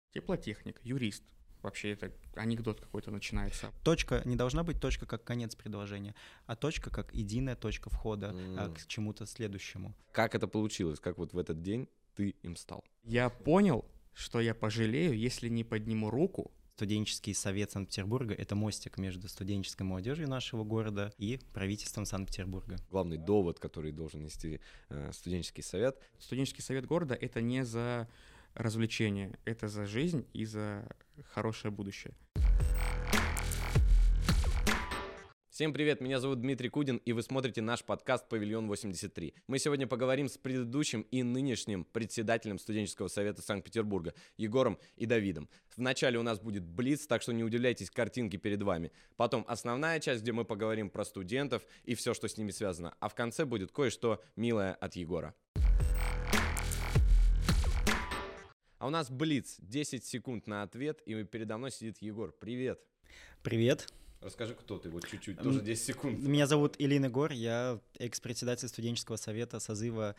Теплотехник, юрист. Вообще это анекдот какой-то начинается. Точка не должна быть точка как конец предложения, а точка как единая точка входа к чему-то следующему. Как это получилось? Как вот в этот день ты им стал? Я понял, что я пожалею, если не подниму руку. Студенческий совет Санкт-Петербурга — это мостик между студенческой молодежью нашего города и правительством Санкт-Петербурга. Главный довод, который должен нести студенческий совет. Студенческий совет города — это не за развлечение, это за жизнь и за хорошее будущее. Всем привет, меня зовут Дмитрий Кудин, и вы смотрите наш подкаст «Павильон 83». Мы сегодня поговорим с предыдущим и нынешним председателем студенческого совета Санкт-Петербурга Егором и Давидом. Вначале у нас будет блиц, так что не удивляйтесь картинке перед вами. Потом основная часть, где мы поговорим про студентов и все, что с ними связано. А в конце будет кое-что милое от Егора. А у нас блиц, 10 секунд на ответ, и передо мной сидит Егор. Привет. Привет. Расскажи, кто ты, вот чуть-чуть, тоже 10 секунд. Меня зовут Ильин Егор, я экс-председатель студенческого совета созыва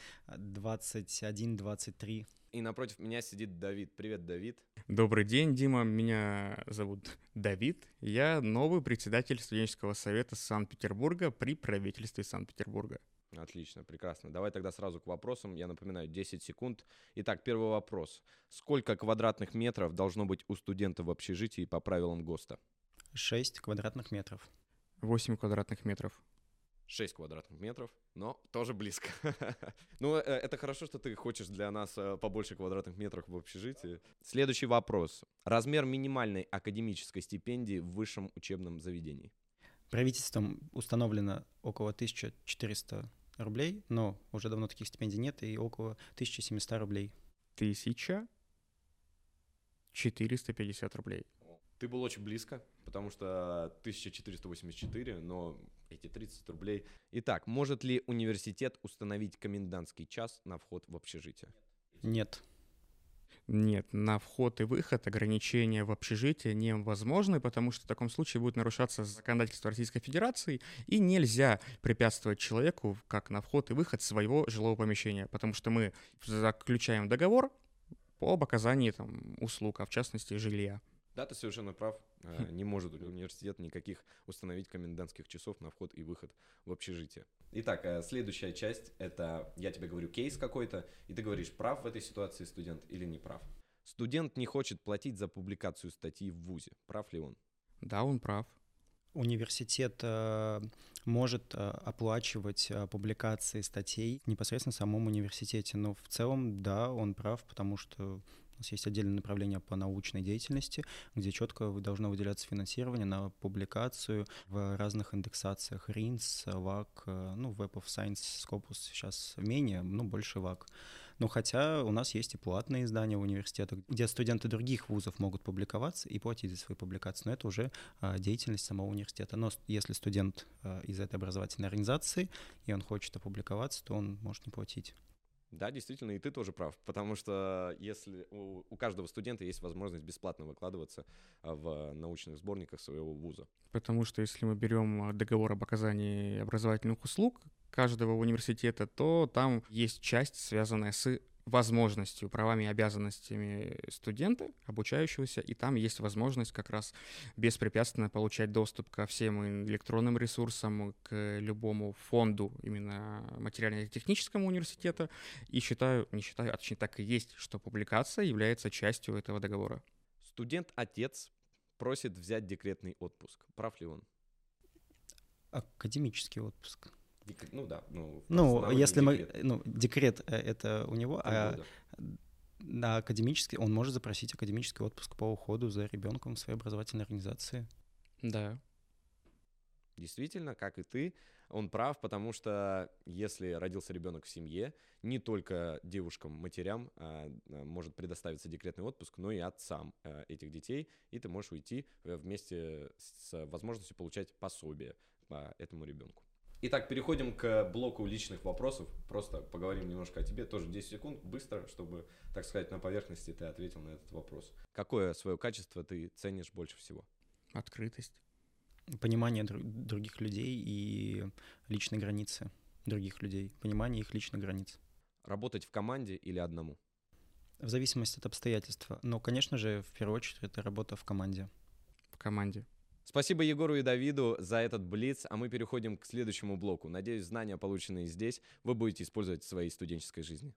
21-23. И напротив меня сидит Давид. Привет, Давид. Добрый день, Дима, меня зовут Давид. Я новый председатель студенческого совета Санкт-Петербурга при правительстве Санкт-Петербурга. Отлично, прекрасно. Давай тогда сразу к вопросам. Я напоминаю, 10 секунд. Итак, первый вопрос. Сколько квадратных метров должно быть у студента в общежитии по правилам ГОСТа? 6 квадратных метров. 8 квадратных метров. 6 квадратных метров, но тоже близко. Ну, это хорошо, что ты хочешь для нас побольше квадратных метров в общежитии. Следующий вопрос. Размер минимальной академической стипендии в высшем учебном заведении? Правительством установлено около 1400 рублей, но уже давно таких стипендий нет, и около 1700 рублей. 1450 рублей. Ты был очень близко, потому что 1484, но эти 30 рублей. Итак, может ли университет установить комендантский час на вход в общежитие? Нет. Нет, на вход и выход ограничения в общежитие невозможны, потому что в таком случае будет нарушаться законодательство Российской Федерации, и нельзя препятствовать человеку как на вход и выход своего жилого помещения, потому что мы заключаем договор об оказании услуг, а в частности жилья. Да, ты совершенно прав. Не может университет никаких установить комендантских часов на вход и выход в общежитие. Итак, следующая часть — это я тебе говорю кейс какой-то, и ты говоришь, прав в этой ситуации студент или не прав. Студент не хочет платить за публикацию статьи в вузе. Прав ли он? Да, он прав. Университет может оплачивать публикации статей непосредственно в самом университете, но в целом, да, он прав, потому что у нас есть отдельное направление по научной деятельности, где четко должно выделяться финансирование на публикацию в разных индексациях РИНС, ВАК, Web of Science, Scopus сейчас менее, больше ВАК. Но хотя у нас есть и платные издания университета, где студенты других вузов могут публиковаться и платить за свои публикации, но это уже деятельность самого университета. Но если студент из этой образовательной организации, и он хочет опубликоваться, то он может не платить. Да, действительно, и ты тоже прав, потому что если у каждого студента есть возможность бесплатно выкладываться в научных сборниках своего вуза. Потому что если мы берем договор об оказании образовательных услуг каждого университета, то там есть часть, связанная с возможностью, правами и обязанностями студента, обучающегося, и там есть возможность как раз беспрепятственно получать доступ ко всем электронным ресурсам, к любому фонду именно материально-технического университета. И точнее так и есть, что публикация является частью этого договора. Студент-отец просит взять декретный отпуск. Прав ли он? Академический отпуск. Если декрет это у него, а на академический он может запросить академический отпуск по уходу за ребенком в своей образовательной организации. Да. Действительно, как и ты, он прав, потому что если родился ребенок в семье, не только девушкам-матерям может предоставиться декретный отпуск, но и отцам этих детей, и ты можешь уйти вместе с возможностью получать пособие по этому ребенку. Итак, переходим к блоку личных вопросов. Просто поговорим немножко о тебе. Тоже 10 секунд, быстро, чтобы, так сказать, на поверхности ты ответил на этот вопрос. Какое свое качество ты ценишь больше всего? Открытость. Понимание других людей и личной границы других людей. Понимание их личных границ. Работать в команде или одному? В зависимости от обстоятельств. Но, конечно же, в первую очередь, это работа в команде. В команде. Спасибо Егору и Давиду за этот блиц, а мы переходим к следующему блоку. Надеюсь, знания, полученные здесь, вы будете использовать в своей студенческой жизни.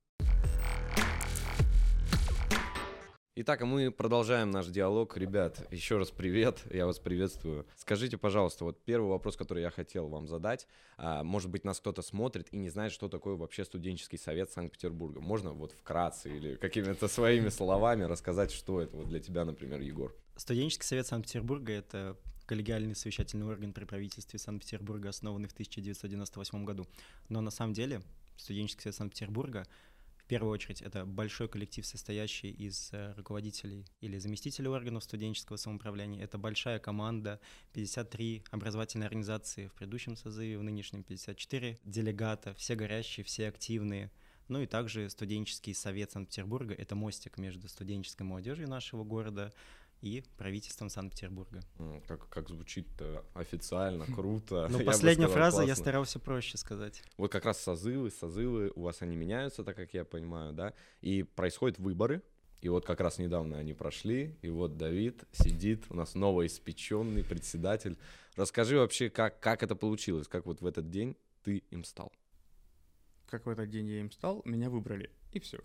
Итак, а мы продолжаем наш диалог. Ребят, еще раз привет, я вас приветствую. Скажите, пожалуйста, вот первый вопрос, который я хотел вам задать. Может быть, нас кто-то смотрит и не знает, что такое вообще студенческий совет Санкт-Петербурга. Можно вот вкратце или какими-то своими словами рассказать, что это вот для тебя, например, Егор? Студенческий совет Санкт-Петербурга — это коллегиальный совещательный орган при правительстве Санкт-Петербурга, основанный в 1998 году. Но на самом деле студенческий совет Санкт-Петербурга в первую очередь это большой коллектив, состоящий из руководителей или заместителей органов студенческого самоуправления. Это большая команда, 53 образовательные организации в предыдущем созыве, в нынешнем 54 делегата, все горящие, все активные. Ну и также студенческий совет Санкт-Петербурга — это мостик между студенческой молодежью нашего города и правительством Санкт-Петербурга. Как звучит-то официально, круто. Ну, Я бы последняя сказал, фраза классно. я старался проще сказать. Вот как раз созывы, у вас они меняются, так как я понимаю, да? И происходят выборы, и вот как раз недавно они прошли, и вот Давид сидит, у нас новоиспеченный председатель. Расскажи вообще, как это получилось, как вот в этот день ты им стал? Как в этот день я им стал, меня выбрали, и все.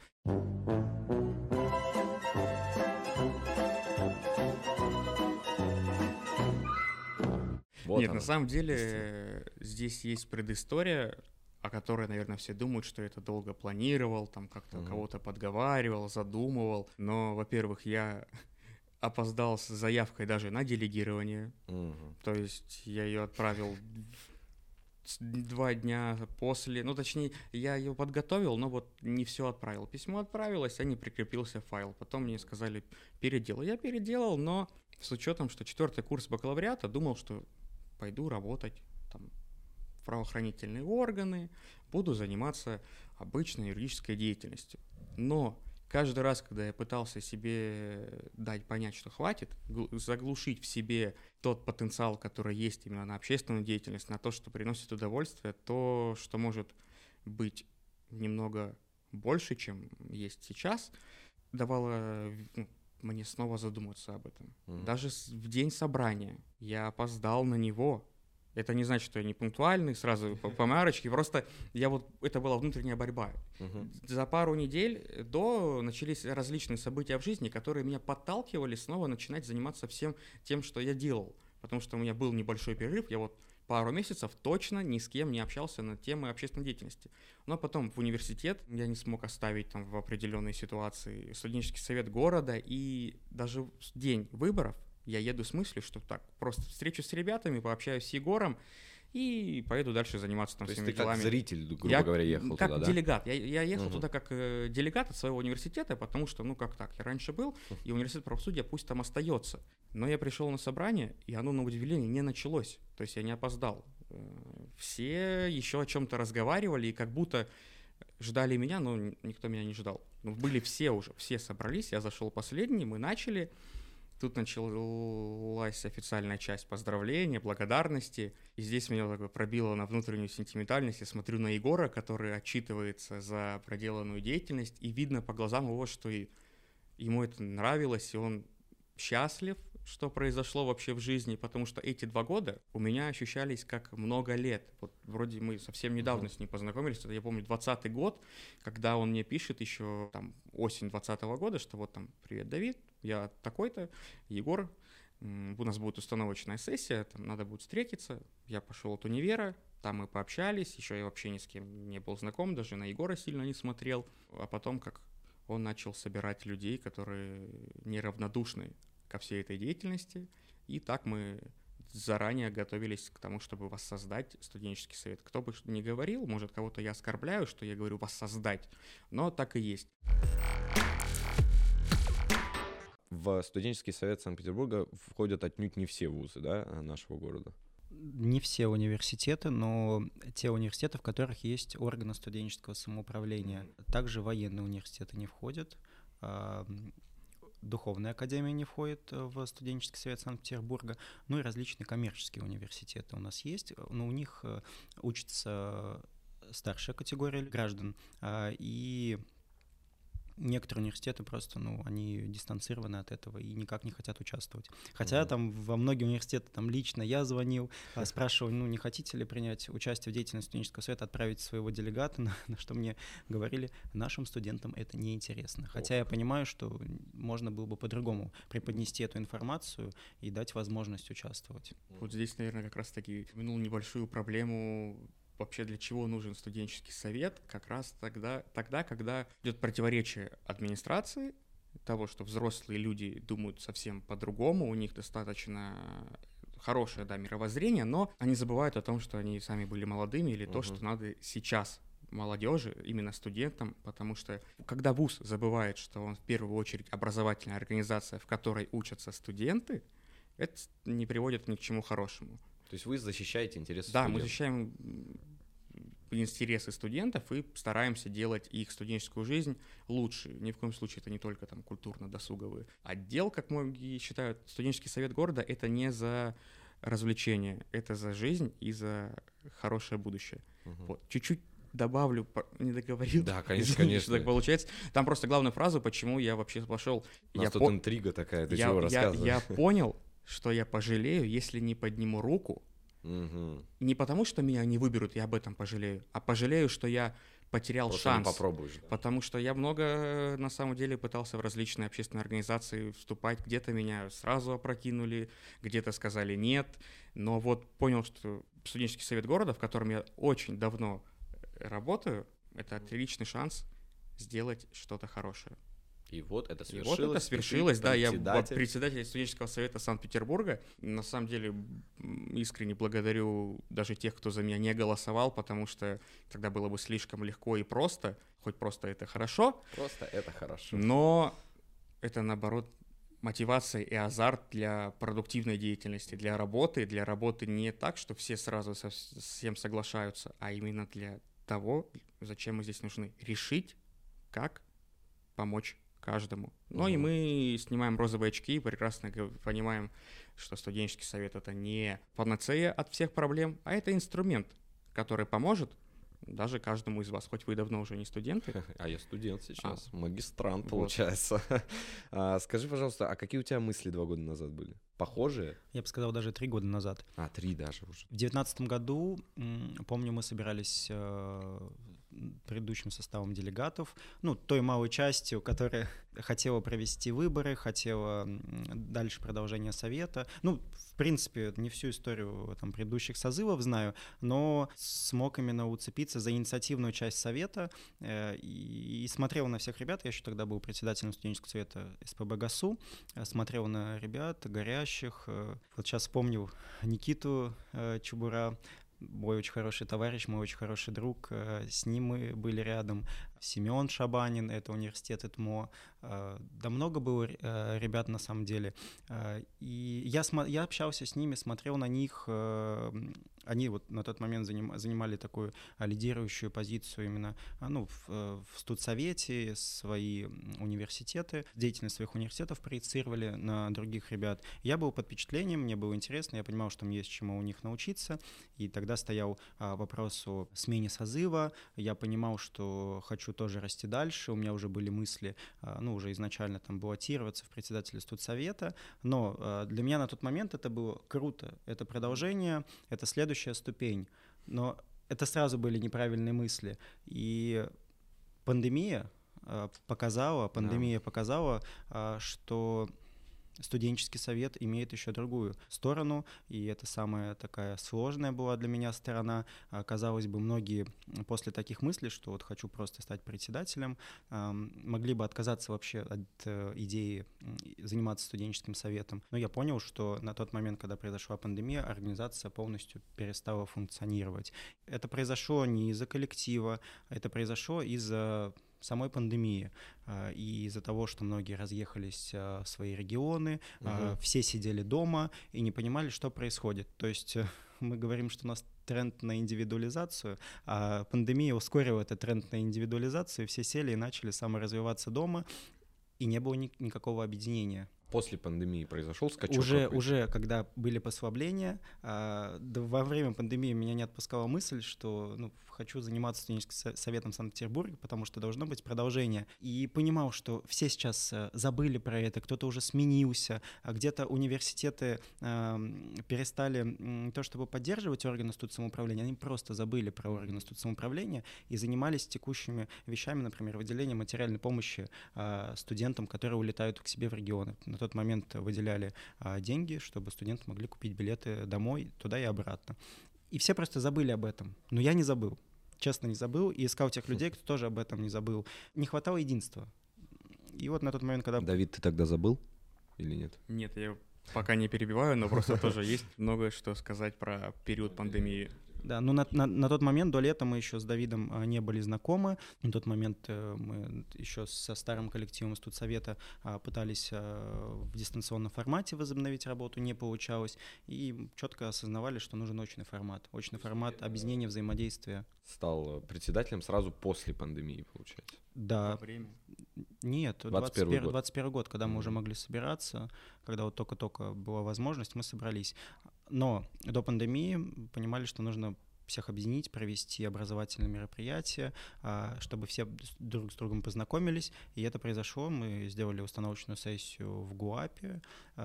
Вот Нет, оно. на самом деле здесь есть предыстория, о которой, наверное, все думают, что я это долго планировал, там как-то кого-то подговаривал, задумывал. Но, во-первых, я опоздал с заявкой даже на делегирование. То есть я ее отправил 2 дня после, ну, точнее, я ее подготовил, но вот не все отправил. Письмо отправилось, а не прикрепился файл. Потом мне сказали переделай. Я переделал, но с учетом, что 4-й курс бакалавриата, думал, что пойду работать там, в правоохранительные органы, буду заниматься обычной юридической деятельностью. Но каждый раз, когда я пытался себе дать понять, что хватит, заглушить в себе тот потенциал, который есть именно на общественную деятельность, на то, что приносит удовольствие, то, что может быть немного больше, чем есть сейчас, давало мне снова задуматься об этом. Даже в день собрания я опоздал на него. Это не значит, что я не пунктуальный, сразу по марочке. Просто это была внутренняя борьба. За пару недель до начались различные события в жизни, которые меня подталкивали снова начинать заниматься всем тем, что я делал. Потому что у меня был небольшой перерыв, я пару месяцев точно ни с кем не общался на темы общественной деятельности. Но потом в университет я не смог оставить там в определенной ситуации студенческий совет города, и даже в день выборов я еду с мыслью, что так, просто встречусь с ребятами, пообщаюсь с Егором и поеду дальше заниматься там всеми делами. То есть ты как зритель, грубо говоря, ехал как туда, да? делегат. Я ехал туда как делегат от своего университета, потому что, я раньше был, и университет правосудия пусть там остается. Но я пришел на собрание, и оно, на удивление, не началось. То есть я не опоздал. Все еще о чем-то разговаривали, и как будто ждали меня, но никто меня не ждал. Были все собрались, я зашел последний, мы начали. Тут началась официальная часть поздравления, благодарности. И здесь меня пробило на внутреннюю сентиментальность. Я смотрю на Егора, который отчитывается за проделанную деятельность. И видно по глазам его, что ему это нравилось, и он счастлив, что произошло вообще в жизни. Потому что эти 2 года у меня ощущались как много лет. Вот вроде мы совсем недавно с ним познакомились. Это, я помню, 20-й год, когда он мне пишет еще осень 20-го года, что привет, Давид. Я такой-то, Егор, у нас будет установочная сессия, там надо будет встретиться. Я пошел от универа, там мы пообщались, еще я вообще ни с кем не был знаком, даже на Егора сильно не смотрел. А потом, как он начал собирать людей, которые неравнодушны ко всей этой деятельности, и так мы заранее готовились к тому, чтобы воссоздать студенческий совет. Кто бы что ни говорил, может, кого-то я оскорбляю, что я говорю воссоздать, но так и есть. В студенческий совет Санкт-Петербурга входят отнюдь не все вузы, да, нашего города? Не все университеты, но те университеты, в которых есть органы студенческого самоуправления. Также военные университеты не входят, Духовная академия не входит в студенческий совет Санкт-Петербурга, ну и различные коммерческие университеты у нас есть, но у них учится старшая категория граждан, и некоторые университеты просто, они дистанцированы от этого и никак не хотят участвовать. Хотя там во многие университеты там лично я звонил, спрашивал, не хотите ли принять участие в деятельности студенческого совета, отправить своего делегата, на что мне говорили, нашим студентам это неинтересно. Хотя я понимаю, что можно было бы по-другому преподнести эту информацию и дать возможность участвовать. Вот здесь, наверное, как раз-таки упомянул небольшую проблему. Вообще, для чего нужен студенческий совет? Как раз тогда, когда идет противоречие администрации, того, что взрослые люди думают совсем по-другому, у них достаточно хорошее, мировоззрение, но они забывают о том, что они сами были молодыми, или то, что надо сейчас молодежи, именно студентам, потому что когда вуз забывает, что он в первую очередь образовательная организация, в которой учатся студенты, это не приводит ни к чему хорошему. То есть вы защищаете интересы студентов? Да, мы защищаем интересы студентов и стараемся делать их студенческую жизнь лучше. Ни в коем случае это не только там культурно-досуговый отдел, как многие считают. Студенческий совет города — это не за развлечение, это за жизнь и за хорошее будущее. Вот. Чуть-чуть добавлю, не договорил. Да, конечно. Что так получается. Там просто главную фразу, почему я вообще пошел. У нас тут интрига такая, ты чего рассказываешь? Я понял, что я пожалею, если не подниму руку. Не потому, что меня не выберут, я об этом пожалею, а пожалею, что я потерял просто шанс. Не попробуешь. Да. Потому что я много, на самом деле, пытался в различные общественные организации вступать. Где-то меня сразу опрокинули, где-то сказали нет. Но вот понял, что студенческий совет города, в котором я очень давно работаю, это отличный шанс сделать что-то хорошее. И вот это свершилось. Я председатель студенческого совета Санкт-Петербурга. На самом деле искренне благодарю даже тех, кто за меня не голосовал, потому что тогда было бы слишком легко и просто. Хоть просто это хорошо. Просто это хорошо. Но это, наоборот, мотивация и азарт для продуктивной деятельности, для работы не так, что все сразу со всем соглашаются, а именно для того, зачем мы здесь нужны. Решить, как помочь каждому. И мы снимаем розовые очки и прекрасно понимаем, что студенческий совет — это не панацея от всех проблем, а это инструмент, который поможет даже каждому из вас, хоть вы давно уже не студенты. А я студент сейчас, магистрант, получается. Скажи, пожалуйста, а какие у тебя мысли 2 года назад были? Похожие? Я бы сказал, даже 3 года назад. 3 даже уже. В 2019 году, помню, мы собирались предыдущим составом делегатов, той малой частью, которая хотела провести выборы, хотела дальше продолжение совета. В принципе, не всю историю предыдущих созывов знаю, но смог именно уцепиться за инициативную часть совета и смотрел на всех ребят. Я еще тогда был председателем студенческого совета СПб ГАСУ, смотрел на ребят горящих. Вот сейчас вспомнил Никиту Чубура, мой очень хороший товарищ, мой очень хороший друг, с ним мы были рядом. Семен Шабанин, это университет ЭТМО, да много было ребят на самом деле. И я общался с ними, смотрел на них, они вот на тот момент занимали такую лидирующую позицию именно в студсовете, свои университеты, деятельность своих университетов проецировали на других ребят. Я был под впечатлением, мне было интересно, я понимал, что мне есть чему у них научиться, и тогда стоял вопрос о смене созыва, я понимал, что хочу тоже расти дальше, у меня уже были мысли, уже изначально баллотироваться в председателя студсовета, но для меня на тот момент это было круто, это продолжение, это следующая ступень, но это сразу были неправильные мысли, и пандемия показала, что студенческий совет имеет еще другую сторону, и это самая такая сложная была для меня сторона. Казалось бы, многие после таких мыслей, что вот хочу просто стать председателем, могли бы отказаться вообще от идеи заниматься студенческим советом. Но я понял, что на тот момент, когда произошла пандемия, организация полностью перестала функционировать. Это произошло не из-за коллектива, это произошло из-за самой пандемии, и из-за того, что многие разъехались в свои регионы, все сидели дома и не понимали, что происходит. То есть мы говорим, что у нас тренд на индивидуализацию, а пандемия ускорила этот тренд на индивидуализацию, и все сели и начали саморазвиваться дома, и не было никакого объединения. После пандемии произошел скачок Уже когда были послабления, во время пандемии меня не отпускала мысль, что хочу заниматься студенческим советом Санкт-Петербурга, потому что должно быть продолжение. И понимал, что все сейчас забыли про это, кто-то уже сменился, а где-то университеты перестали не то чтобы поддерживать органы института самоуправления, они просто забыли про органы института самоуправления и занимались текущими вещами, например, выделением материальной помощи студентам, которые улетают к себе в регионы. На тот момент выделяли деньги, чтобы студенты могли купить билеты домой, туда и обратно. И все просто забыли об этом. Но я не забыл. Честно, не забыл. И искал тех людей, кто тоже об этом не забыл. Не хватало единства. И вот на тот момент, когда... Давид, ты тогда забыл или нет? Нет, я пока не перебиваю, но просто тоже есть многое, что сказать про период пандемии. Да, но на тот момент, до лета, мы еще с Давидом не были знакомы. На тот момент мы еще со старым коллективом студсовета пытались в дистанционном формате возобновить работу, не получалось. И четко осознавали, что нужен очный формат. Очный формат объединения, взаимодействия. Стал председателем сразу после пандемии, получается? Да. Время? Нет, 21 год, когда мы уже могли собираться, когда вот только-только была возможность, мы собрались. Но до пандемии понимали, что нужно всех объединить, провести образовательные мероприятия, чтобы все друг с другом познакомились. И это произошло. Мы сделали установочную сессию в ГУАПе,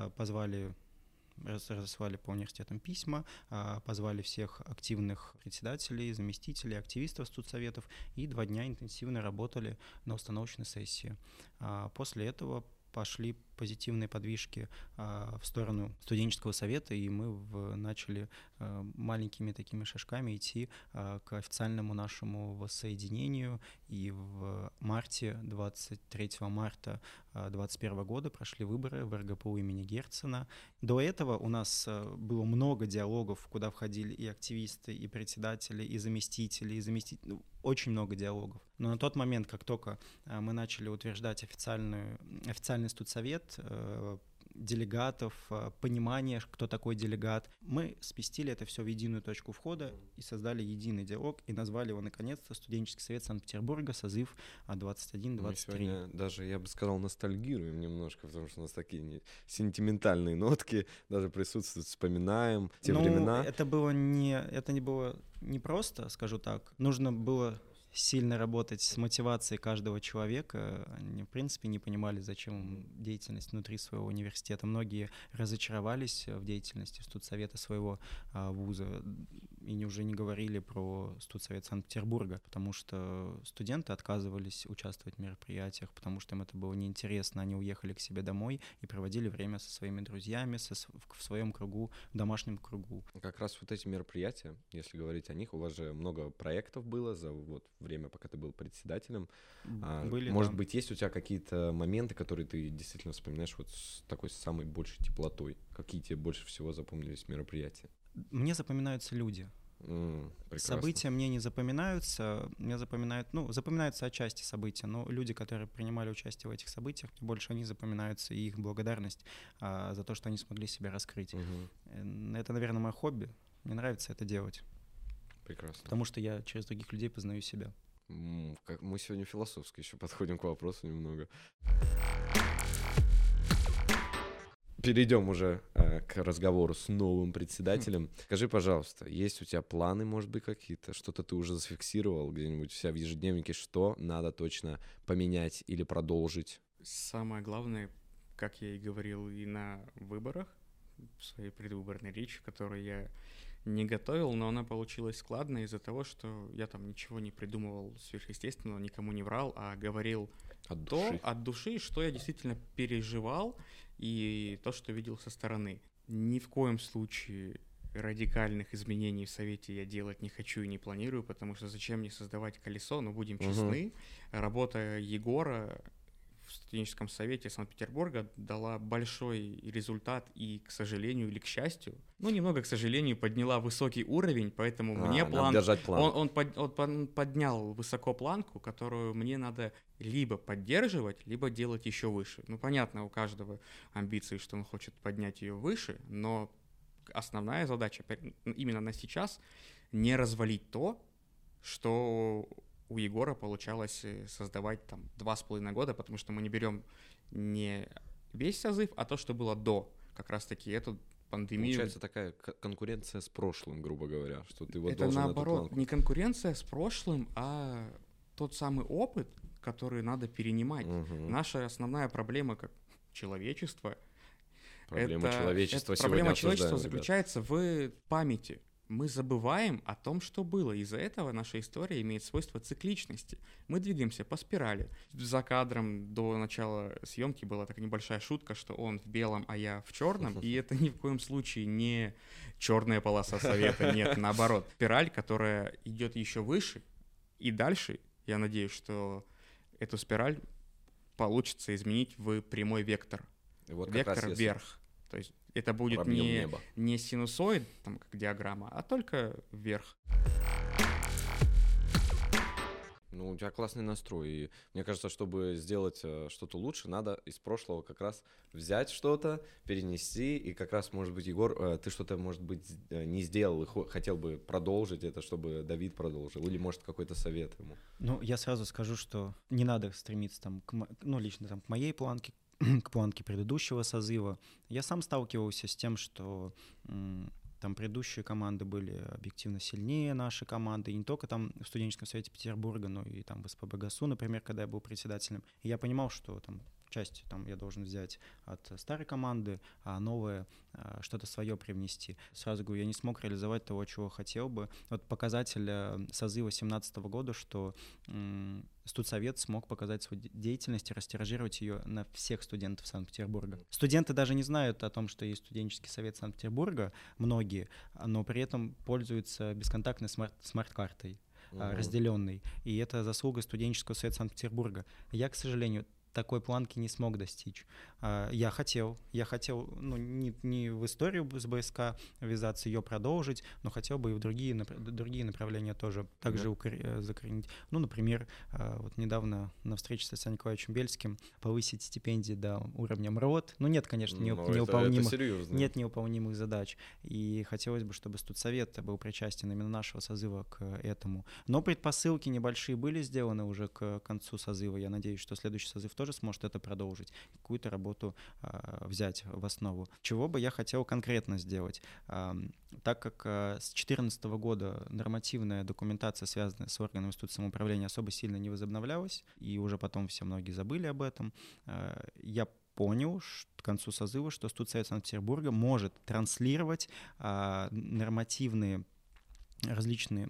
разослали по университетам письма, позвали всех активных председателей, заместителей, активистов студсоветов и 2 дня интенсивно работали на установочной сессии. После этого пошли позитивные подвижки в сторону студенческого совета, и мы начали маленькими такими шажками идти к официальному нашему воссоединению. И в марте, 23 марта 2021 года прошли выборы в РГПУ имени Герцена. До этого у нас было много диалогов, куда входили и активисты, и председатели, и заместители, очень много диалогов. Но на тот момент, как только мы начали утверждать официальный студсовет, делегатов, понимание, кто такой делегат, мы сместили это все в единую точку входа и создали единый диалог и назвали его, наконец-то, студенческий совет Санкт-Петербурга, созыв 21-23. Мы сегодня даже, я бы сказал, ностальгируем немножко, потому что у нас такие сентиментальные нотки даже присутствуют, вспоминаем те времена. Это не было непросто, скажу так. Нужно было сильно работать с мотивацией каждого человека. Они, в принципе, не понимали, зачем деятельность внутри своего университета. Многие разочаровались в деятельности студсовета своего вуза и уже не говорили про студсовет Санкт-Петербурга, потому что студенты отказывались участвовать в мероприятиях, потому что им это было неинтересно. Они уехали к себе домой и проводили время со своими друзьями, в своем кругу, в домашнем кругу. Как раз вот эти мероприятия, если говорить о них, у вас же много проектов было за время, пока ты был председателем. Может быть, есть у тебя какие-то моменты, которые ты действительно вспоминаешь вот с такой самой большей теплотой? Какие тебе больше всего запомнились мероприятия? Мне запоминаются люди. События мне не запоминаются. Мне запоминаются отчасти события, но люди, которые принимали участие в этих событиях, больше они запоминаются, и их благодарность за то, что они смогли себя раскрыть. Это, наверное, мое хобби. Мне нравится это делать. Прекрасно. Потому что я через других людей познаю себя. Мы сегодня философски еще подходим к вопросу немного. Перейдем уже к разговору с новым председателем. Скажи, пожалуйста, есть у тебя планы, может быть, какие-то? Что-то ты уже зафиксировал где-нибудь у себя в ежедневнике? Что надо точно поменять или продолжить? Самое главное, как я и говорил и на выборах, в своей предвыборной речи, которую я не готовил, но она получилась складной из-за того, что я там ничего не придумывал сверхъестественного, никому не врал, а говорил от души, что я действительно переживал, и то, что видел со стороны. Ни в коем случае радикальных изменений в Совете я делать не хочу и не планирую, потому что зачем мне создавать колесо, но будем честны, работа Егора в студенческом совете Санкт-Петербурга дала большой результат и, к сожалению или к счастью, немного, к сожалению, подняла высокий уровень, поэтому мне он поднял высоко планку, которую мне надо либо поддерживать, либо делать еще выше. Понятно, у каждого амбиции, что он хочет поднять ее выше, но основная задача именно на сейчас не развалить то, что у Егора получалось создавать 2,5 года, потому что мы не берем не весь созыв, а то, что было до, как раз-таки эту пандемию. Получается такая конкуренция с прошлым, грубо говоря, что ты вот Это должен эту наоборот, планку. не конкуренция с прошлым, а тот самый опыт, который надо перенимать. Наша основная проблема как человечества, Проблема человечества сегодня проблема обсуждаем, человечества ребят. заключается в памяти. Мы забываем о том, что было. Из-за этого наша история имеет свойство цикличности. Мы двигаемся по спирали. За кадром до начала съемки была такая небольшая шутка, что он в белом, а я в черном. И это ни в коем случае не черная полоса совета. Нет, наоборот. Спираль, которая идет еще выше и дальше. Я надеюсь, что эту спираль получится изменить в прямой вектор. Вот как Вектор раз если вверх. То есть это будет пробьем небо. не синусоид, там, как диаграмма, а только вверх. Ну, у тебя классный настрой. И мне кажется, чтобы сделать что-то лучше, надо из прошлого как раз взять что-то, перенести. И как раз, может быть, Егор, ты что-то, может быть, не сделал и хотел бы продолжить это, чтобы Давид продолжил. Или, может, какой-то совет ему. Ну, я сразу скажу, что не надо стремиться там, лично там, к моей планке, к планке предыдущего созыва. Я сам сталкивался с тем, что там предыдущие команды были объективно сильнее нашей команды, и не только там в студенческом совете Петербурга, но и там в СПбГСУ, например, когда я был председателем. И я понимал, что там часть там я должен взять от старой команды, а новое что-то свое привнести. Сразу говорю, я не смог реализовать того, чего хотел бы. Вот показатель созыва 2017 года, что студсовет смог показать свою деятельность и растиражировать ее на всех студентов Санкт-Петербурга. Студенты даже не знают о том, что есть студенческий совет Санкт-Петербурга, многие, но при этом пользуются бесконтактной смарт-картой, разделенной. И это заслуга студенческого совета Санкт-Петербурга. Я, к сожалению, такой планки не смог достичь. Я хотел, ну, не в историю с БСК ввязаться, ее продолжить, но хотел бы и в другие направления тоже также закоренить. Ну, например, вот недавно на встрече с Александром Николаевичем Бельским повысить стипендии до уровня МРОТ. Ну, нет, конечно, неуполнимых задач. И хотелось бы, чтобы студсовет был причастен именно нашего созыва к этому. Но предпосылки небольшие были сделаны уже к концу созыва. Я надеюсь, что следующий созыв тоже сможет это продолжить, какую-то работу взять в основу. Чего бы я хотел конкретно сделать? Так как с 2014 года нормативная документация, связанная с органами института самоуправления, особо сильно не возобновлялась, и уже потом все многие забыли об этом, я понял к концу созыва, что студсовет Санкт-Петербурга может транслировать нормативные различные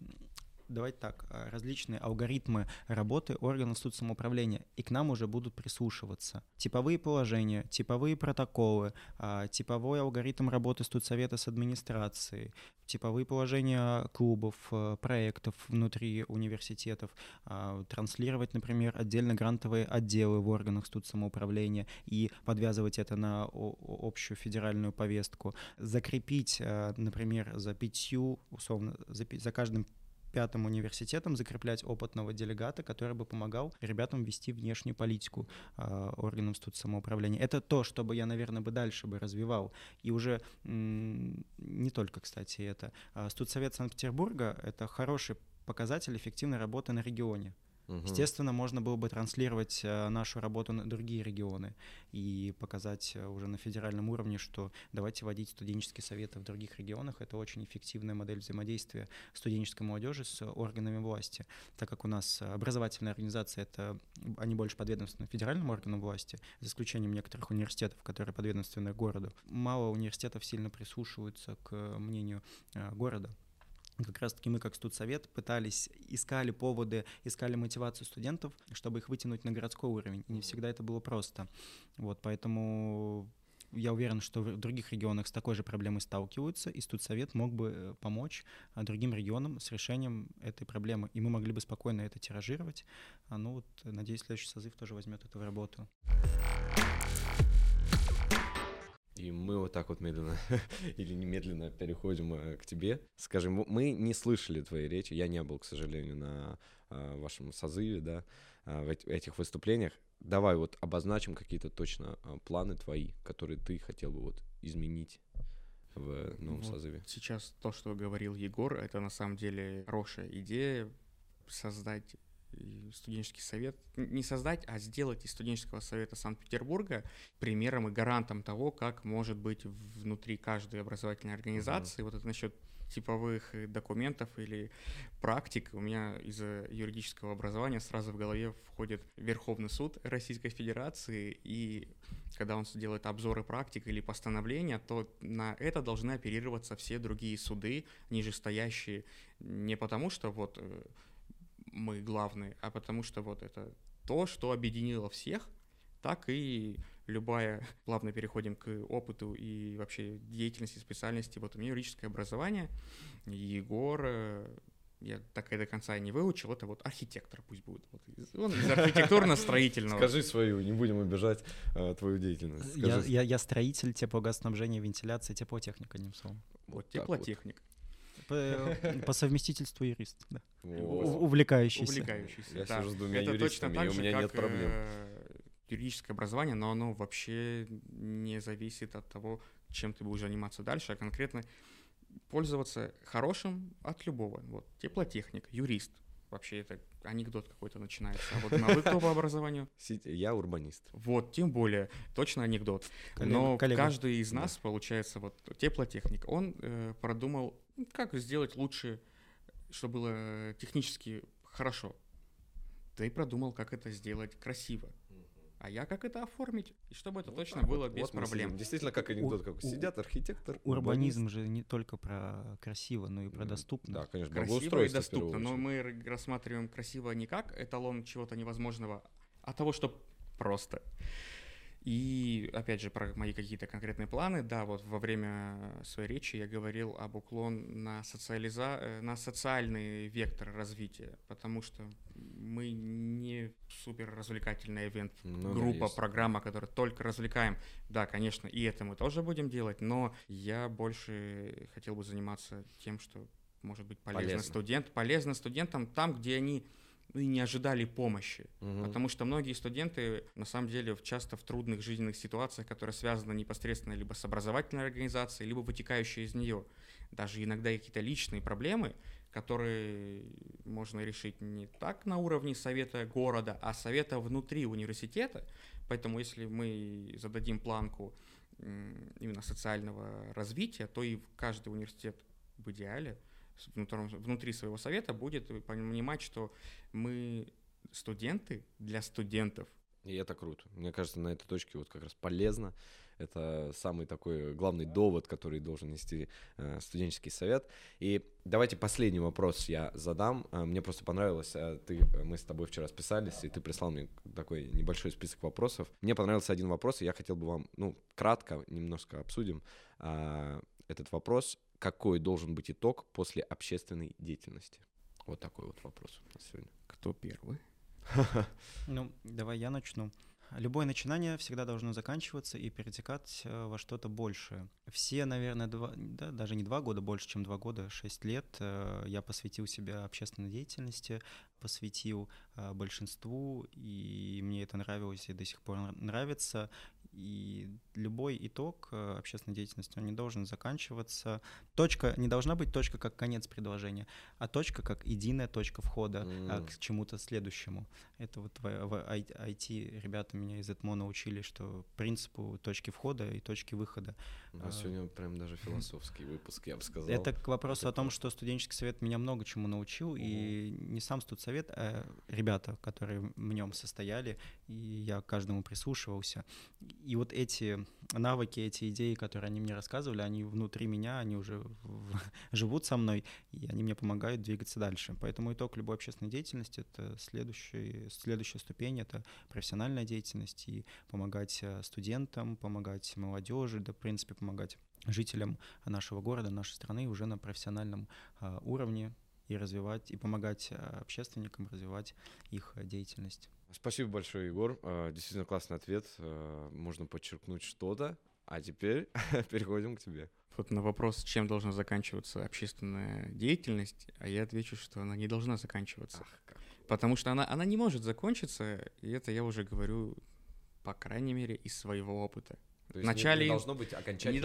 алгоритмы работы органов института самоуправления, и к нам уже будут прислушиваться. Типовые положения, типовые протоколы, типовой алгоритм работы студсовета с администрацией, типовые положения клубов, проектов внутри университетов, транслировать, например, отдельно грантовые отделы в органах института самоуправления и подвязывать это на общую федеральную повестку, закрепить, например, за каждым 5-м университетом закреплять опытного делегата, который бы помогал ребятам вести внешнюю политику органам института самоуправления. Это то, что бы я, наверное, дальше развивал. И уже не только, кстати, это. Студсовет Санкт-Петербурга — это хороший показатель эффективной работы на регионе. Естественно, можно было бы транслировать нашу работу на другие регионы и показать уже на федеральном уровне, что давайте вводить студенческие советы в других регионах. Это очень эффективная модель взаимодействия студенческой молодежи с органами власти. Так как у нас образовательная организация, они больше подведомственны федеральным органам власти, за исключением некоторых университетов, которые подведомственны городу. Мало университетов сильно прислушиваются к мнению города. Как раз-таки мы, как студсовет, искали поводы, искали мотивацию студентов, чтобы их вытянуть на городской уровень. И не всегда это было просто. Вот, поэтому я уверен, что в других регионах с такой же проблемой сталкиваются, и студсовет мог бы помочь другим регионам с решением этой проблемы. И мы могли бы спокойно это тиражировать. Надеюсь, следующий созыв тоже возьмет это в работу. И мы вот так вот медленно или немедленно переходим к тебе. Скажи, мы не слышали твоей речи, я не был, к сожалению, на вашем созыве, да, в этих выступлениях. Давай вот обозначим какие-то точно планы твои, которые ты хотел бы изменить в новом созыве. Сейчас то, что говорил Егор, это на самом деле хорошая идея — создать студенческий совет, не создать, а сделать из студенческого совета Санкт-Петербурга примером и гарантом того, как может быть внутри каждой образовательной организации. Вот это насчет типовых документов или практик. У меня из-за юридического образования сразу в голове входит Верховный суд Российской Федерации, и когда он делает обзоры практик или постановления, то на это должны оперироваться все другие суды, нижестоящие, не потому что вот мы главные, а потому что вот это то, что объединило всех, так и любая... Плавно переходим к опыту и вообще деятельности, специальности. Вот у меня юридическое образование, Егор, я так и до конца не выучил, это вот архитектор пусть будет. Вот, он из архитектурно-строительного. Скажи свою, не будем обижать твою деятельность. Я строитель, теплогазснабжения, вентиляции, теплотехника, одним словом. Вот теплотехник. По совместительству юрист, да. Увлекающийся. Я сижу с двумя юристами, и у меня нет проблем. Юридическое образование, но оно вообще не зависит от того, чем ты будешь заниматься дальше, а конкретно пользоваться хорошим от любого. Вот, теплотехник, юрист. Вообще это анекдот какой-то начинается. А вот вы кто по образованию? Я урбанист. Вот, тем более, точно анекдот. Но каждый из нас, получается, вот теплотехник, он продумал, как сделать лучше, чтобы было технически хорошо. Ты продумал, как это сделать красиво. А я как это оформить, и чтобы это точно было без проблем. Действительно, как анекдот, как сидят архитектор. Урбанизм же не только про красиво, но и про доступно. Да, конечно, красиво и доступно, но мы рассматриваем красиво не как эталон чего-то невозможного, а того, что просто. И, опять же, про мои какие-то конкретные планы. Да, вот во время своей речи я говорил об уклон на социальный вектор развития, потому что мы не супер развлекательный ивент, группа, программа, которая только развлекаем. Да, конечно, и это мы тоже будем делать, но я больше хотел бы заниматься тем, что может быть полезно студентам там, где они и не ожидали помощи, потому что многие студенты, на самом деле, часто в трудных жизненных ситуациях, которые связаны непосредственно либо с образовательной организацией, либо вытекающие из нее. Даже иногда какие-то личные проблемы, которые можно решить не так на уровне совета города, а совета внутри университета. Поэтому если мы зададим планку именно социального развития, то и каждый университет в идеале внутри своего совета будет понимать, что мы студенты для студентов. И это круто. Мне кажется, на этой точке вот как раз полезно. Это самый такой главный довод, который должен нести студенческий совет. И давайте последний вопрос я задам. Мне просто понравилось, мы с тобой вчера списались, и ты прислал мне такой небольшой список вопросов. Мне понравился один вопрос, и я хотел бы вам, кратко немножко обсудим этот вопрос. Какой должен быть итог после общественной деятельности? Вот такой вот вопрос у нас сегодня. Кто первый? Давай я начну. Любое начинание всегда должно заканчиваться и перетекать во что-то большее. Все, наверное, даже не 2 года, больше, чем 2 года, 6 лет я посвятил себя общественной деятельности, посвятил большинству, и мне это нравилось и до сих пор нравится. И любой итог общественной деятельности, он не должен заканчиваться. Точка не должна быть точка как конец предложения, а точка как единая точка входа к чему-то следующему. Это вот в IT ребята меня из ЭТМО научили, что принципу точки входа и точки выхода. Сегодня прям даже философский выпуск, я бы сказал. Это к вопросу о том, что студенческий совет меня много чему научил, и не сам студсовет, а ребята, которые в нем состояли, и я к каждому прислушивался. И вот эти навыки, эти идеи, которые они мне рассказывали, они внутри меня, они уже живут со мной, и они мне помогают двигаться дальше. Поэтому итог любой общественной деятельности — это следующая ступень, это профессиональная деятельность, и помогать студентам, помогать молодежи, да, в принципе, помогать жителям нашего города, нашей страны уже на профессиональном уровне и развивать, и помогать общественникам развивать их деятельность. Спасибо большое, Егор. Действительно классный ответ. Можно подчеркнуть что-то. А теперь переходим к тебе. Вот на вопрос, чем должна заканчиваться общественная деятельность, а я отвечу, что она не должна заканчиваться. Потому что она не может закончиться, и это я уже говорю, по крайней мере, из своего опыта. То есть не должно быть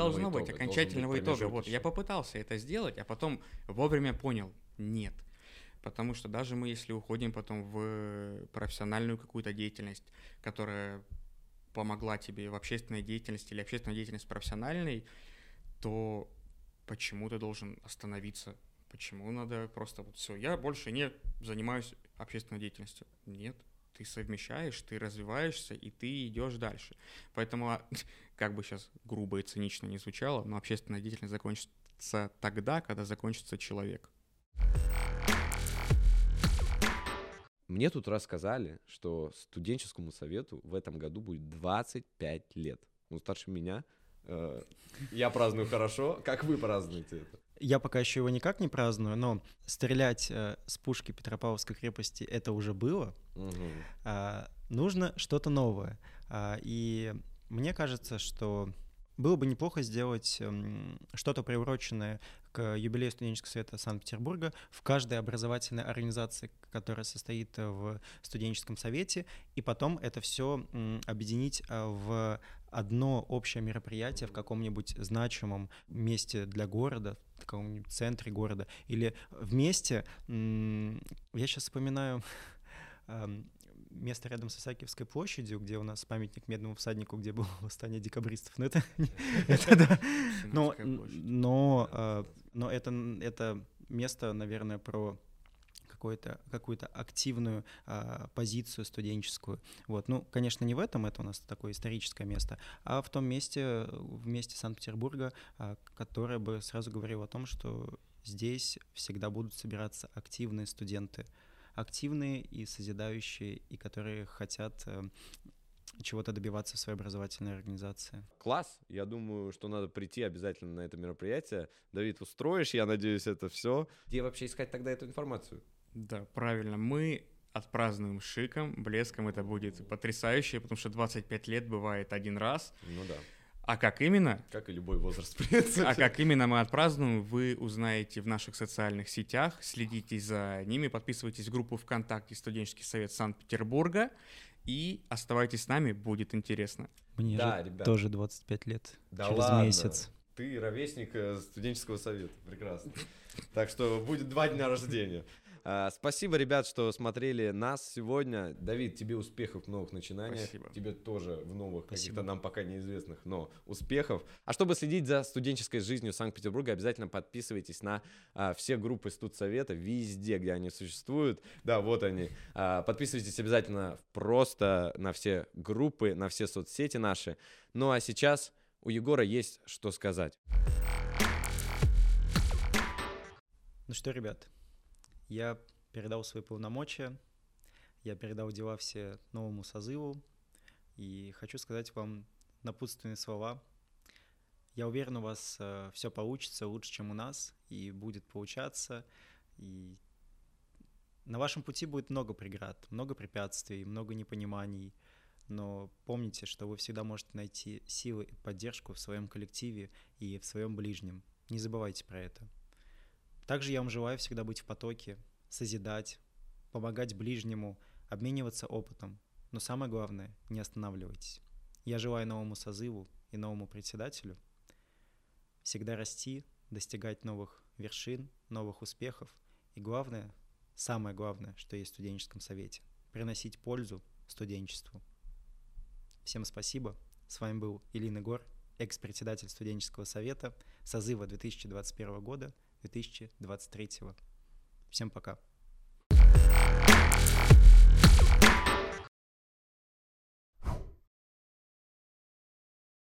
окончательного итога. Вот, я попытался это сделать, а потом вовремя понял — нет. Потому что даже мы, если уходим потом в профессиональную какую-то деятельность, которая помогла тебе в общественной деятельности или общественной деятельности профессиональной, то почему ты должен остановиться? Почему надо просто вот все, я больше не занимаюсь общественной деятельностью? Нет, ты совмещаешь, ты развиваешься, и ты идешь дальше. Поэтому, как бы сейчас грубо и цинично не звучало, но общественная деятельность закончится тогда, когда закончится человек. Мне тут рассказали, что студенческому совету в этом году будет 25 лет. Он старше меня. Я праздную хорошо. Как вы празднуете это? Я пока еще его никак не праздную, но стрелять с пушки Петропавловской крепости — это уже было. Нужно что-то новое. И мне кажется, что было бы неплохо сделать что-то приуроченное к юбилею студенческого совета Санкт-Петербурга в каждой образовательной организации, которая состоит в студенческом совете, и потом это все объединить в одно общее мероприятие в каком-нибудь значимом месте для города, в каком-нибудь центре города, или вместе, я сейчас вспоминаю место рядом с Исаакиевской площадью, где у нас памятник Медному всаднику, где было восстание декабристов. Но это место, наверное, про какую-то активную позицию студенческую. Вот. Ну, конечно, не в этом, это у нас такое историческое место, а в том месте, в месте Санкт-Петербурга, которое бы сразу говорило о том, что здесь всегда будут собираться активные студенты, активные и созидающие, и которые хотят чего-то добиваться в своей образовательной организации. Класс! Я думаю, что надо прийти обязательно на это мероприятие. Давид, устроишь, я надеюсь, это все. Где вообще искать тогда эту информацию? Да, правильно. Мы отпразднуем шиком, блеском. Это будет потрясающе, потому что 25 лет бывает один раз. Ну да. А как именно? Как и любой возраст, в принципе. А как именно мы отпразднуем, вы узнаете в наших социальных сетях. Следите за ними, подписывайтесь в группу ВКонтакте «Студенческий совет Санкт-Петербурга» и оставайтесь с нами, будет интересно. Мне да, же ребят. тоже 25 лет Да через ладно. месяц. Ты ровесник студенческого совета. Прекрасно. Так что будет 2 дня рождения. Спасибо, ребят, что смотрели нас сегодня. Давид, тебе успехов в новых начинаниях. Спасибо. Тебе тоже в новых, Спасибо. каких-то нам пока неизвестных, но успехов. А чтобы следить за студенческой жизнью Санкт-Петербурга, обязательно подписывайтесь на все группы студсовета, везде, где они существуют. Да, вот они. Подписывайтесь обязательно просто на все группы, на все соцсети наши. Ну а сейчас у Егора есть что сказать. Ну что, ребят, я передал свои полномочия, я передал дела все новому созыву, и хочу сказать вам напутственные слова. Я уверен, у вас все получится лучше, чем у нас, и будет получаться, и на вашем пути будет много преград, много препятствий, много непониманий, но помните, что вы всегда можете найти силы и поддержку в своем коллективе и в своем ближнем. Не забывайте про это. Также я вам желаю всегда быть в потоке, созидать, помогать ближнему, обмениваться опытом. Но самое главное, не останавливайтесь. Я желаю новому созыву и новому председателю всегда расти, достигать новых вершин, новых успехов. И главное, самое главное, что есть в студенческом совете, приносить пользу студенчеству. Всем спасибо. С вами был Ильин Егор, экс-председатель студенческого совета созыва 2021 года, 2023. Всем пока.